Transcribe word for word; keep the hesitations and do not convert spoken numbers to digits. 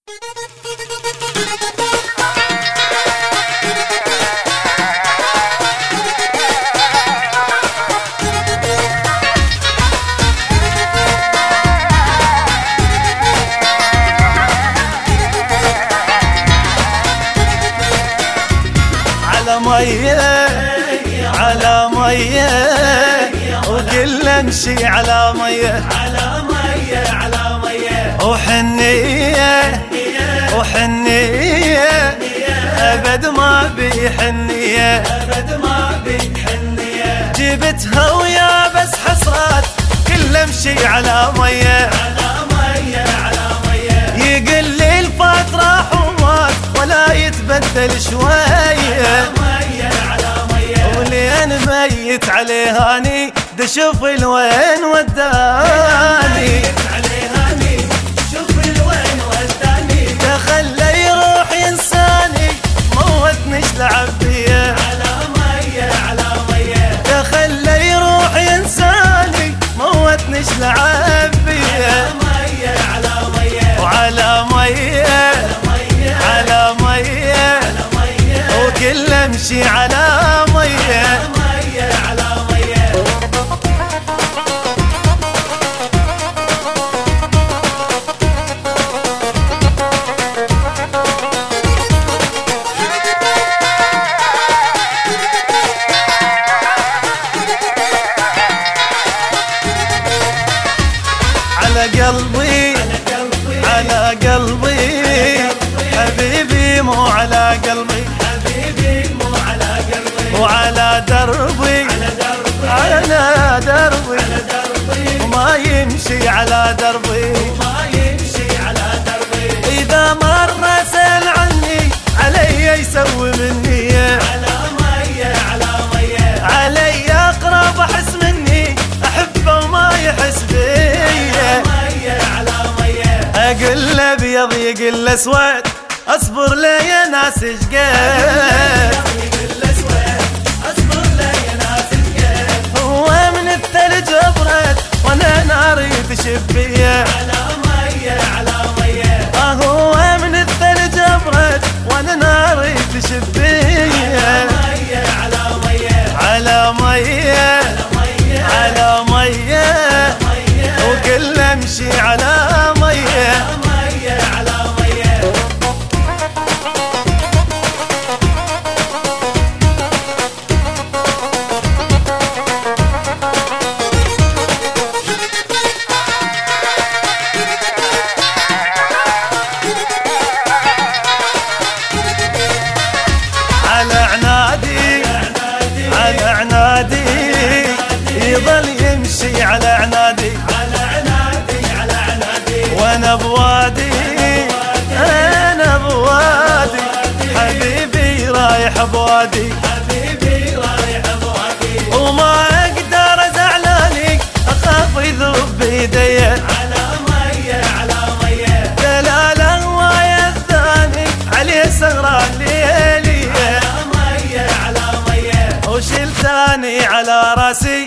على مية على مية وكل امشي على مية على مية على مية وحنية وحنية أبد ما بي حنية أبد ما بي حنية جبتها ويا بس حسرات كل امشي على مية على مية على مية يقل لي الفات راح ومات ولا يتبدل شوية مية على مية ولين ميت عليه اني دشوف الوين وداني عليهاني شوف الوين وداني تخلى يروح ينساني موتني لعب بيه على مية على مية تخلى يروح ينساني موتني لعب بيه مية على مية وعلى مية مية على مية مية وكل امشي على مية مية على مية على قلبي على قلبي حبيبي مو على قلبي حبيبي مو على قلبي وعلى دربي على دربي على دربي على دربي وما يمشي على دربي ما يمشي على دربي إذا مر سأل عني علي يسوي مني على مية على مية علي أقرب أحس مني أحبه وما يحس بي مية على مية أقول له أبيض يقول له أسود أصبر لي يا ناس شقيت اصبر لي يا ناس الكيف هو من الثلج أبرد وأنا ناري تشبيه على مية على مية هو من الثلج أبرد وأنا ناري تشبيه مية على مية على مية مية على مية مية وكل امشي على مية مية على مية على عنادي على عنادي يظل يمشي على عنادي على عنادي على عنادي وانا بوادي انا بوادي حبيبي رايح بوادي حبيبي رايح بوادي وما اقدر ازعلاني اخاف يذوب بيدي على مية على مية دلاله ويا الثاني عليه سهران ليلي على مية على مية وشلتاني على راسي